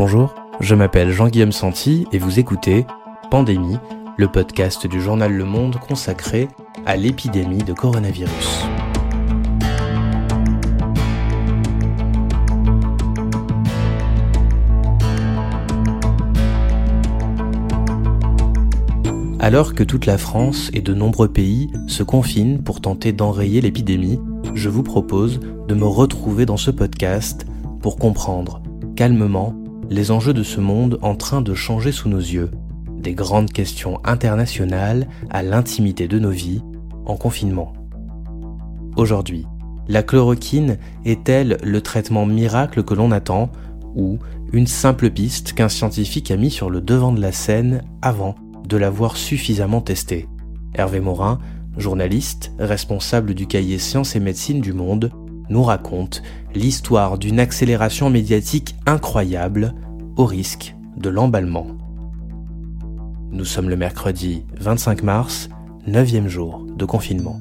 Bonjour, je m'appelle Jean-Guillaume Santi et vous écoutez Pandémie, le podcast du journal Le Monde consacré à l'épidémie de coronavirus. Alors que toute la France et de nombreux pays se confinent pour tenter d'enrayer l'épidémie, je vous propose de me retrouver dans ce podcast pour comprendre, calmement, les enjeux de ce monde en train de changer sous nos yeux, des grandes questions internationales à l'intimité de nos vies, en confinement. Aujourd'hui, la chloroquine est-elle le traitement miracle que l'on attend, ou une simple piste qu'un scientifique a mis sur le devant de la scène avant de l'avoir suffisamment testé? Hervé Morin, journaliste, responsable du cahier Sciences et Médecine du Monde, nous raconte l'histoire d'une accélération médiatique incroyable au risque de l'emballement. Nous sommes le mercredi 25 mars, 9e jour de confinement.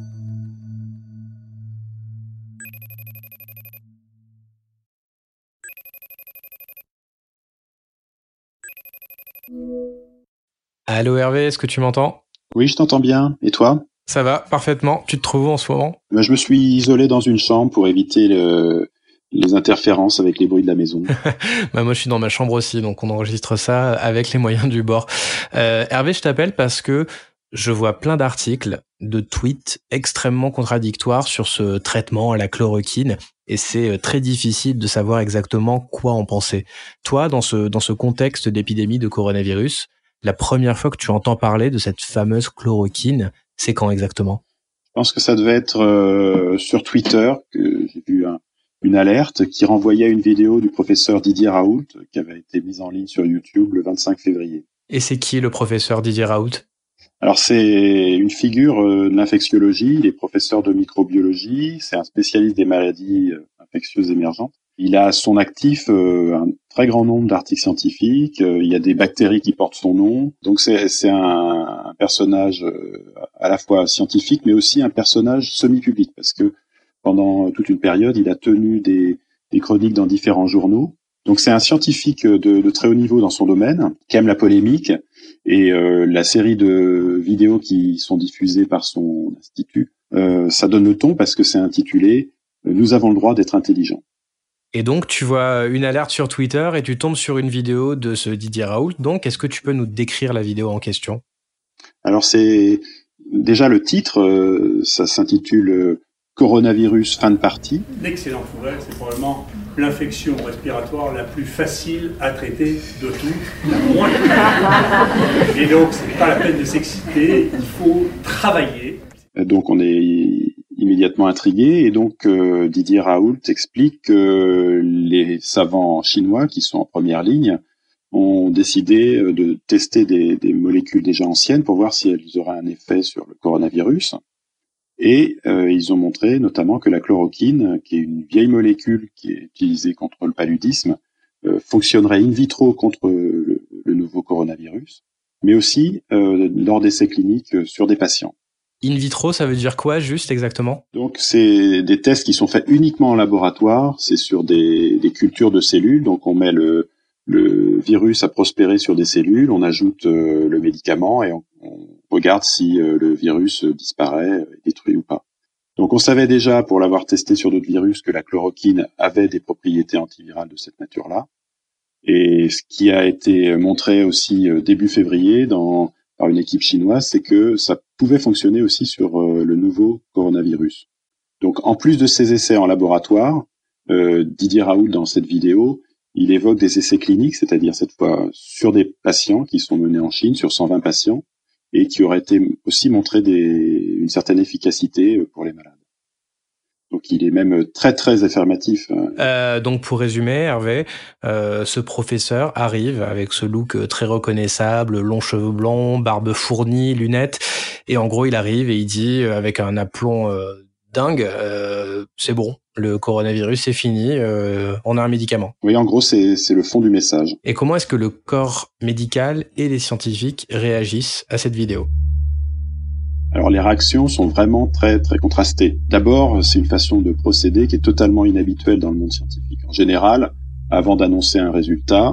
Allô Hervé, est-ce que tu m'entends ? Oui, je t'entends bien. Et toi ? Ça va, parfaitement. Tu te trouves où en ce moment ? Je me suis isolé dans une chambre pour éviter les interférences avec les bruits de la maison. Moi, je suis dans ma chambre aussi, donc on enregistre ça avec les moyens du bord. Hervé, je t'appelle parce que je vois plein d'articles, de tweets extrêmement contradictoires sur ce traitement à la chloroquine, et c'est très difficile de savoir exactement quoi en penser. Toi, dans ce contexte d'épidémie de coronavirus, la première fois que tu entends parler de cette fameuse chloroquine, c'est quand exactement ? Je pense que ça devait être sur Twitter que j'ai vu une alerte qui renvoyait une vidéo du professeur Didier Raoult qui avait été mise en ligne sur YouTube le 25 février. Et c'est qui le professeur Didier Raoult ? Alors c'est une figure de l'infectiologie, il est professeur de microbiologie, c'est un spécialiste des maladies infectieuses émergentes. Il a à son actif un très grand nombre d'articles scientifiques, il y a des bactéries qui portent son nom, donc c'est un personnage à la fois scientifique mais aussi un personnage semi-public, parce que pendant toute une période il a tenu des chroniques dans différents journaux. Donc c'est un scientifique de très haut niveau dans son domaine, qui aime la polémique, et la série de vidéos qui sont diffusées par son institut, ça donne le ton parce que c'est intitulé « Nous avons le droit d'être intelligents ». Et donc, tu vois une alerte sur Twitter et tu tombes sur une vidéo de ce Didier Raoult. Donc, est-ce que tu peux nous décrire la vidéo en question ? Alors, c'est déjà le titre, ça s'intitule « Coronavirus, fin de partie ». L'excellente nouvelle, c'est probablement l'infection respiratoire la plus facile à traiter de tout, la moins. Et donc, c'est pas la peine de s'exciter, il faut travailler. Donc, on est immédiatement intrigué, et donc Didier Raoult explique que les savants chinois qui sont en première ligne ont décidé de tester des molécules déjà anciennes pour voir si elles auraient un effet sur le coronavirus. Et ils ont montré notamment que la chloroquine, qui est une vieille molécule qui est utilisée contre le paludisme, fonctionnerait in vitro contre le nouveau coronavirus, mais aussi lors d'essais cliniques sur des patients. In vitro, ça veut dire quoi, juste exactement ? Donc, c'est des tests qui sont faits uniquement en laboratoire. C'est sur des cultures de cellules. Donc, on met le virus à prospérer sur des cellules, on ajoute le médicament et on regarde si le virus disparaît, est détruit ou pas. Donc, on savait déjà, pour l'avoir testé sur d'autres virus, que la chloroquine avait des propriétés antivirales de cette nature-là. Et ce qui a été montré aussi début février par une équipe chinoise, c'est que ça pouvait fonctionner aussi sur le nouveau coronavirus. Donc, en plus de ces essais en laboratoire, Didier Raoult, dans cette vidéo, il évoque des essais cliniques, c'est-à-dire cette fois sur des patients qui sont menés en Chine, sur 120 patients, et qui auraient été aussi montré une certaine efficacité pour les malades. Donc il est même très très affirmatif. Donc pour résumer, Hervé, ce professeur arrive avec ce look très reconnaissable, longs cheveux blonds, barbe fournie, lunettes, et en gros il arrive et il dit avec un aplomb dingue, c'est bon, le coronavirus c'est fini, on a un médicament. Oui, en gros c'est le fond du message. Et comment est-ce que le corps médical et les scientifiques réagissent à cette vidéo ? Alors les réactions sont vraiment très très contrastées. D'abord, c'est une façon de procéder qui est totalement inhabituelle dans le monde scientifique. En général, avant d'annoncer un résultat,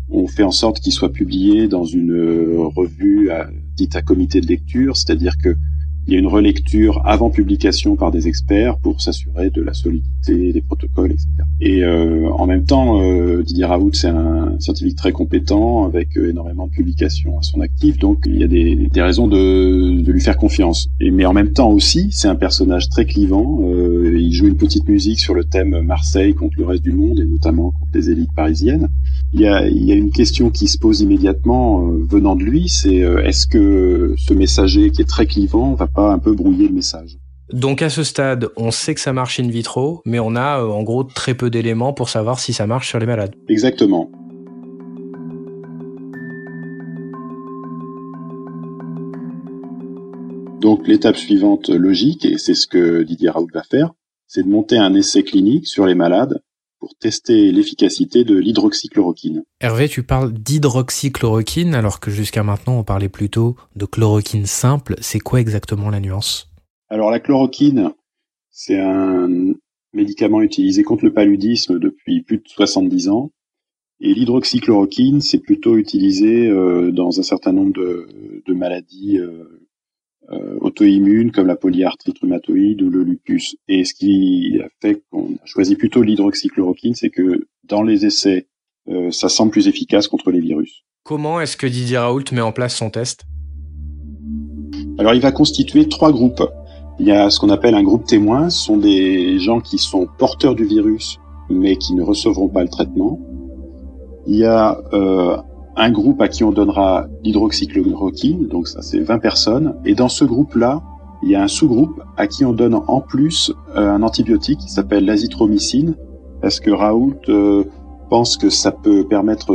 on fait en sorte qu'il soit publié dans une revue dite à comité de lecture, c'est-à-dire que il y a une relecture avant publication par des experts pour s'assurer de la solidité des protocoles, etc. Et en même temps, Didier Raoult, c'est un scientifique très compétent avec énormément de publications à son actif, donc il y a des raisons de lui faire confiance. Mais en même temps aussi, c'est un personnage très clivant. Il joue une petite musique sur le thème Marseille contre le reste du monde et notamment contre les élites parisiennes. Il y a une question qui se pose immédiatement venant de lui, c'est est-ce que ce messager qui est très clivant va pas un peu brouiller le message? Donc à ce stade, on sait que ça marche in vitro, mais on a en gros très peu d'éléments pour savoir si ça marche sur les malades. Exactement. Donc l'étape suivante logique, et c'est ce que Didier Raoult va faire, c'est de monter un essai clinique sur les malades pour tester l'efficacité de l'hydroxychloroquine. Hervé, tu parles d'hydroxychloroquine alors que jusqu'à maintenant on parlait plutôt de chloroquine simple. C'est quoi exactement la nuance ? Alors la chloroquine, c'est un médicament utilisé contre le paludisme depuis plus de 70 ans. Et l'hydroxychloroquine, c'est plutôt utilisé dans un certain nombre de maladies auto-immunes comme la polyarthrite rhumatoïde ou le lupus. Et ce qui a fait qu'on a choisi plutôt l'hydroxychloroquine, c'est que dans les essais, ça semble plus efficace contre les virus. Comment est-ce que Didier Raoult met en place son test ? Alors il va constituer 3 groupes. Il y a ce qu'on appelle un groupe témoin, ce sont des gens qui sont porteurs du virus mais qui ne recevront pas le traitement. Il y a un groupe à qui on donnera l'hydroxychloroquine, donc ça c'est 20 personnes, et dans ce groupe-là, il y a un sous-groupe à qui on donne en plus un antibiotique qui s'appelle l'azithromycine, parce que Raoult pense que ça peut permettre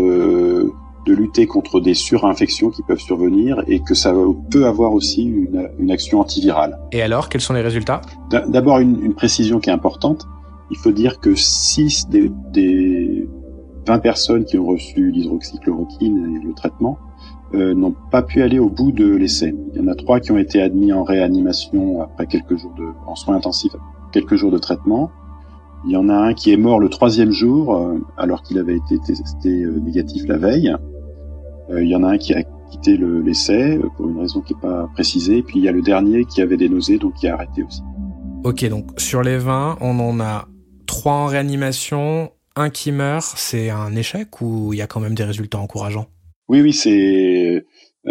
de lutter contre des surinfections qui peuvent survenir et que ça peut avoir aussi une action antivirale. Et alors, quels sont les résultats ? D'abord, une précision qui est importante, il faut dire que 6 des 20 personnes qui ont reçu l'hydroxychloroquine et le traitement n'ont pas pu aller au bout de l'essai. Il y en a 3 qui ont été admis en réanimation après en soins intensifs, quelques jours de traitement. Il y en a un qui est mort le 3e jour, alors qu'il avait été testé négatif la veille. Il y en a un qui a quitté l'essai pour une raison qui n'est pas précisée. Et puis il y a le dernier qui avait des nausées, donc qui a arrêté aussi. Ok, donc sur les 20, on en a 3 en réanimation, un qui meurt. C'est un échec ou il y a quand même des résultats encourageants ? Oui, c'est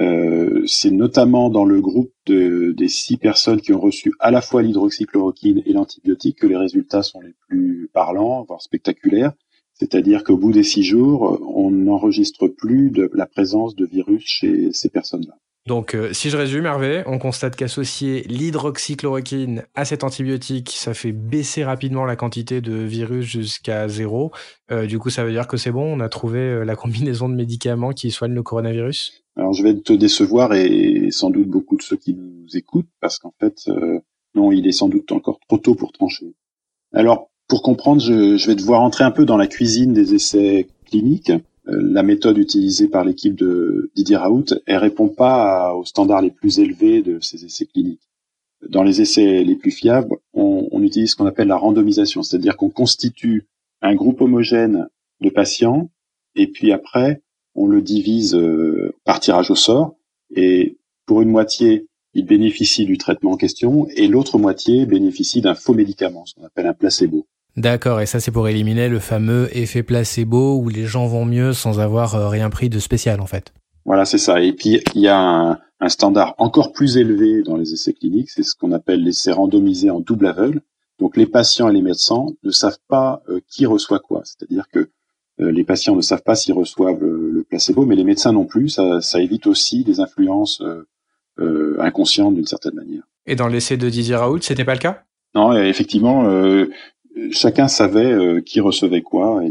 notamment dans le groupe des 6 personnes qui ont reçu à la fois l'hydroxychloroquine et l'antibiotique que les résultats sont les plus parlants, voire spectaculaires. C'est-à-dire qu'au bout des 6 jours, on n'enregistre plus de la présence de virus chez ces personnes-là. Donc, si je résume, Hervé, on constate qu'associer l'hydroxychloroquine à cet antibiotique, ça fait baisser rapidement la quantité de virus jusqu'à 0. Du coup, ça veut dire que c'est bon, on a trouvé la combinaison de médicaments qui soignent le coronavirus ? Alors, je vais te décevoir et sans doute beaucoup de ceux qui nous écoutent, parce qu'en fait, non, il est sans doute encore trop tôt pour trancher. Alors, pour comprendre, je vais devoir entrer un peu dans la cuisine des essais cliniques. La méthode utilisée par l'équipe de Didier Raoult, elle répond pas aux standards les plus élevés de ces essais cliniques. Dans les essais les plus fiables, on utilise ce qu'on appelle la randomisation, c'est-à-dire qu'on constitue un groupe homogène de patients et puis après, on le divise par tirage au sort et pour une moitié, ils bénéficient du traitement en question et l'autre moitié bénéficie d'un faux médicament, ce qu'on appelle un placebo. D'accord, et ça c'est pour éliminer le fameux effet placebo où les gens vont mieux sans avoir rien pris de spécial en fait. Voilà, c'est ça. Et puis il y a un standard encore plus élevé dans les essais cliniques, c'est ce qu'on appelle l'essai randomisé en double aveugle. Donc les patients et les médecins ne savent pas qui reçoit quoi. C'est-à-dire que les patients ne savent pas s'ils reçoivent le placebo, mais les médecins non plus. Ça évite aussi des influences inconscientes d'une certaine manière. Et dans l'essai de Didier Raoult, c'était pas le cas ? Non, effectivement, chacun savait qui recevait quoi,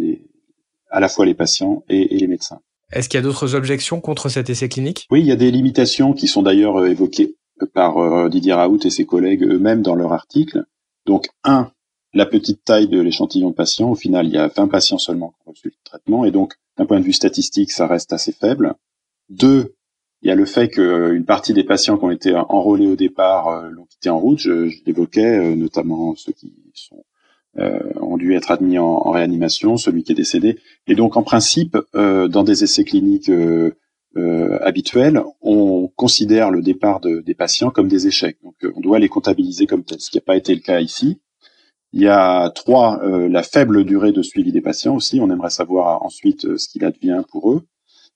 à la fois les patients et les médecins. Est-ce qu'il y a d'autres objections contre cet essai clinique ? Oui, il y a des limitations qui sont d'ailleurs évoquées par Didier Raoult et ses collègues eux-mêmes dans leur article. Donc, la petite taille de l'échantillon de patients. Au final, il y a 20 patients seulement qui ont reçu le traitement, et donc, d'un point de vue statistique, ça reste assez faible. 2, il y a le fait qu'une partie des patients qui ont été enrôlés au départ l'ont quitté en route. Je l'évoquais, notamment ceux qui ont dû être admis en réanimation, celui qui est décédé. Et donc, en principe, dans des essais cliniques habituels, on considère le départ des patients comme des échecs. Donc, on doit les comptabiliser comme tels, ce qui n'a pas été le cas ici. Il y a 3, la faible durée de suivi des patients aussi. On aimerait savoir ensuite ce qu'il advient pour eux.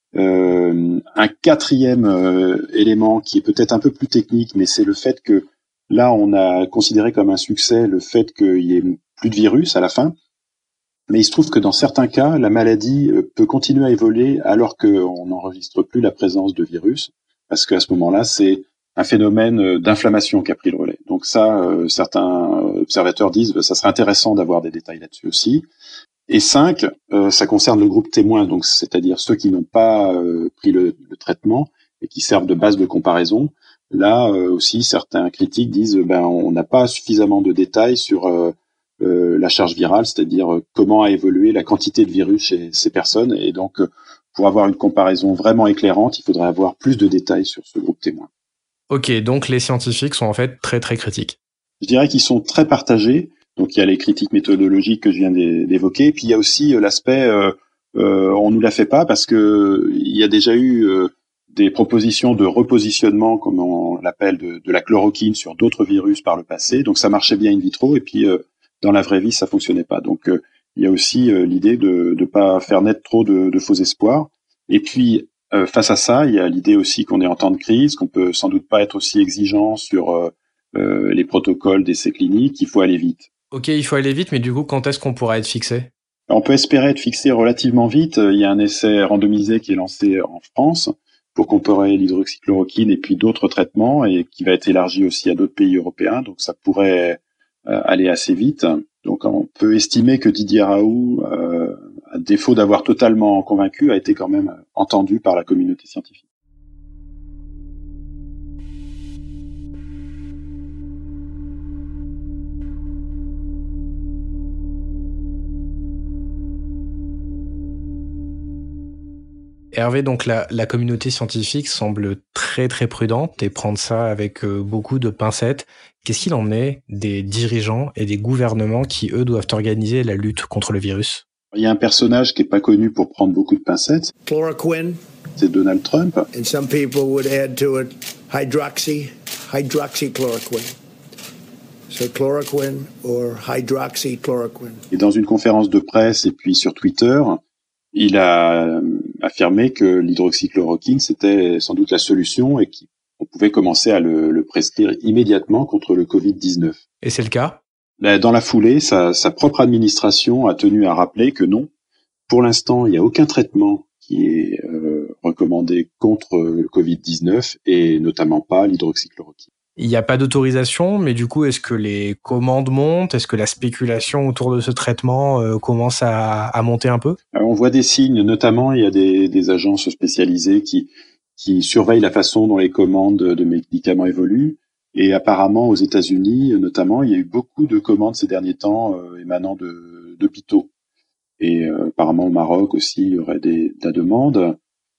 Un 4e élément qui est peut-être un peu plus technique, mais c'est le fait que là, on a considéré comme un succès le fait qu'il y ait plus de virus à la fin. Mais il se trouve que dans certains cas, la maladie peut continuer à évoluer alors qu'on n'enregistre plus la présence de virus, parce qu'à ce moment-là, c'est un phénomène d'inflammation qui a pris le relais. Donc ça, certains observateurs disent ça serait intéressant d'avoir des détails là-dessus aussi. Et 5, ça concerne le groupe témoin, donc c'est-à-dire ceux qui n'ont pas pris le traitement et qui servent de base de comparaison. Là aussi, certains critiques disent on n'a pas suffisamment de détails sur la charge virale, c'est-à-dire comment a évolué la quantité de virus chez ces personnes. Et donc, pour avoir une comparaison vraiment éclairante, il faudrait avoir plus de détails sur ce groupe témoin. Ok, donc les scientifiques sont en fait très très critiques. Je dirais qu'ils sont très partagés. Donc il y a les critiques méthodologiques que je viens d'évoquer, puis il y a aussi l'aspect on nous la fait pas parce que il y a déjà eu des propositions de repositionnement, comme on l'appelle, de la chloroquine sur d'autres virus par le passé. Donc ça marchait bien in vitro et puis dans la vraie vie ça fonctionnait pas. Donc il y a aussi l'idée de pas faire naître trop de faux espoirs. Et puis face à ça, il y a l'idée aussi qu'on est en temps de crise, qu'on peut sans doute pas être aussi exigeant sur les protocoles d'essais cliniques, il faut aller vite. Ok, il faut aller vite, mais du coup, quand est-ce qu'on pourra être fixé ? On peut espérer être fixé relativement vite. Il y a un essai randomisé qui est lancé en France pour comparer l'hydroxychloroquine et puis d'autres traitements et qui va être élargi aussi à d'autres pays européens. Donc ça pourrait aller assez vite. Donc on peut estimer que Didier Raoult, à défaut d'avoir totalement convaincu, a été quand même entendu par la communauté scientifique. Hervé, donc la communauté scientifique semble très très prudente et prendre ça avec beaucoup de pincettes. Qu'est-ce qu'il en est des dirigeants et des gouvernements qui, eux, doivent organiser la lutte contre le virus ? Il y a un personnage qui n'est pas connu pour prendre beaucoup de pincettes. Chloroquine. C'est Donald Trump. And some people would add to it hydroxychloroquine. So chloroquine or hydroxychloroquine. Et dans une conférence de presse et puis sur Twitter, il a affirmé que l'hydroxychloroquine, c'était sans doute la solution et qu'on pouvait commencer à le prescrire immédiatement contre le Covid-19. Et c'est le cas ? Dans la foulée, sa propre administration a tenu à rappeler que non, pour l'instant, il n'y a aucun traitement qui est recommandé contre le Covid-19 et notamment pas l'hydroxychloroquine. Il n'y a pas d'autorisation, mais du coup, est-ce que les commandes montent ? Est-ce que la spéculation autour de ce traitement commence à monter un peu ? On voit des signes, notamment il y a des agences spécialisées qui surveillent la façon dont les commandes de médicaments évoluent. Et apparemment, aux États-Unis, notamment, il y a eu beaucoup de commandes ces derniers temps émanant d'hôpitaux. Et apparemment, au Maroc aussi, il y aurait de la demande.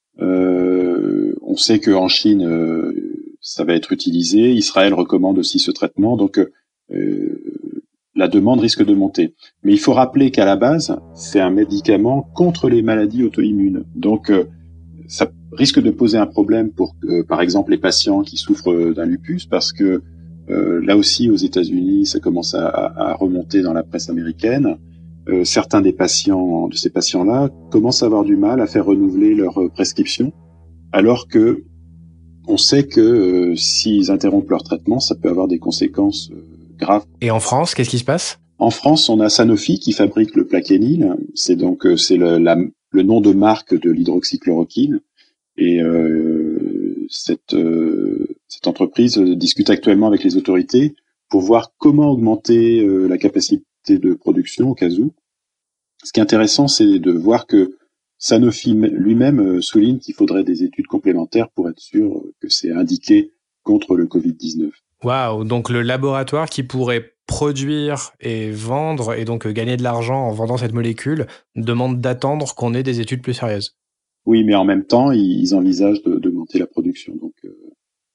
On sait qu'en Chine, ça va être utilisé. Israël recommande aussi ce traitement. Donc, la demande risque de monter. Mais il faut rappeler qu'à la base, c'est un médicament contre les maladies auto-immunes. Donc, ça risque de poser un problème pour, par exemple, les patients qui souffrent d'un lupus, parce que là aussi, aux États-Unis, ça commence à remonter dans la presse américaine. Certains de ces patients-là commencent à avoir du mal à faire renouveler leur prescription, alors que on sait que s'ils interrompent leur traitement, ça peut avoir des conséquences graves. Et en France, qu'est-ce qui se passe ? En France, on a Sanofi qui fabrique le Plaquenil. C'est le nom de marque de l'hydroxychloroquine. Et cette entreprise discute actuellement avec les autorités pour voir comment augmenter la capacité de production au cas où. Ce qui est intéressant, c'est de voir que Sanofi lui-même souligne qu'il faudrait des études complémentaires pour être sûr que c'est indiqué contre le Covid-19. Waouh, donc le laboratoire qui pourrait produire et vendre et donc gagner de l'argent en vendant cette molécule demande d'attendre qu'on ait des études plus sérieuses. Oui, mais en même temps, ils envisagent d'augmenter la production. Donc, il y a un peu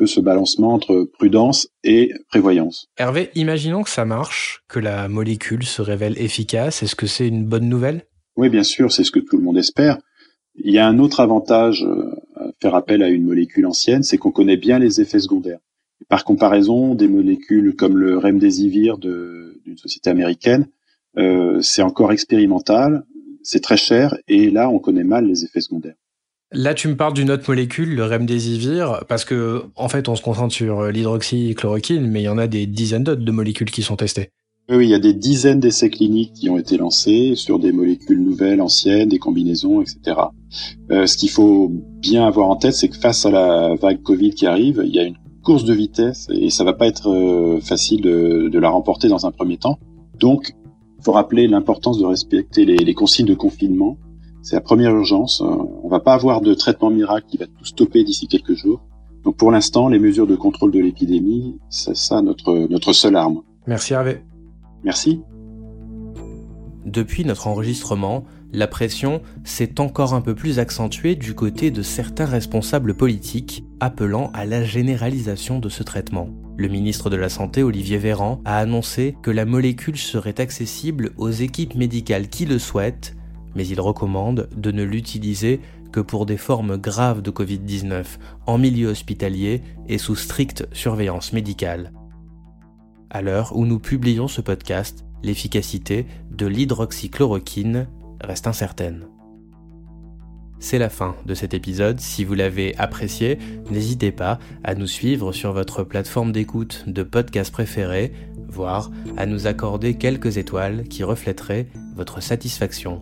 peu ce balancement entre prudence et prévoyance. Hervé, imaginons que ça marche, que la molécule se révèle efficace. Est-ce que c'est une bonne nouvelle ? Oui, bien sûr, c'est ce que tout le monde espère. Il y a un autre avantage à faire appel à une molécule ancienne, c'est qu'on connaît bien les effets secondaires. Par comparaison, des molécules comme le Remdesivir d'une société américaine, c'est encore expérimental, c'est très cher, et là, on connaît mal les effets secondaires. Là, tu me parles d'une autre molécule, le Remdesivir, parce que, en fait, on se concentre sur l'hydroxychloroquine, mais il y en a des dizaines d'autres de molécules qui sont testées. Oui, il y a des dizaines d'essais cliniques qui ont été lancés sur des molécules nouvelles, anciennes, des combinaisons, etc. Ce qu'il faut bien avoir en tête, c'est que face à la vague Covid qui arrive, il y a une course de vitesse et ça va pas être facile de la remporter dans un premier temps. Donc, il faut rappeler l'importance de respecter les consignes de confinement. C'est la première urgence. On va pas avoir de traitement miracle qui va tout stopper d'ici quelques jours. Donc, pour l'instant, les mesures de contrôle de l'épidémie, c'est ça notre seule arme. Merci Hervé. Merci. Depuis notre enregistrement, la pression s'est encore un peu plus accentuée du côté de certains responsables politiques appelant à la généralisation de ce traitement. Le ministre de la Santé, Olivier Véran, a annoncé que la molécule serait accessible aux équipes médicales qui le souhaitent, mais il recommande de ne l'utiliser que pour des formes graves de Covid-19 en milieu hospitalier et sous stricte surveillance médicale. À l'heure où nous publions ce podcast, l'efficacité de l'hydroxychloroquine reste incertaine. C'est la fin de cet épisode. Si vous l'avez apprécié, n'hésitez pas à nous suivre sur votre plateforme d'écoute de podcast préférée, voire à nous accorder quelques étoiles qui reflèteraient votre satisfaction.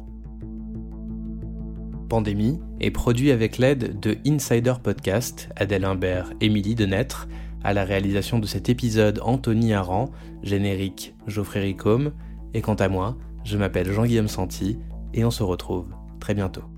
Pandémie est produit avec l'aide de Insider Podcast, Adèle Imbert, Émilie Denêtre, à la réalisation de cet épisode Anthony Aran, générique Geoffrey Ricôme, et quant à moi, je m'appelle Jean-Guillaume Santi, et on se retrouve très bientôt.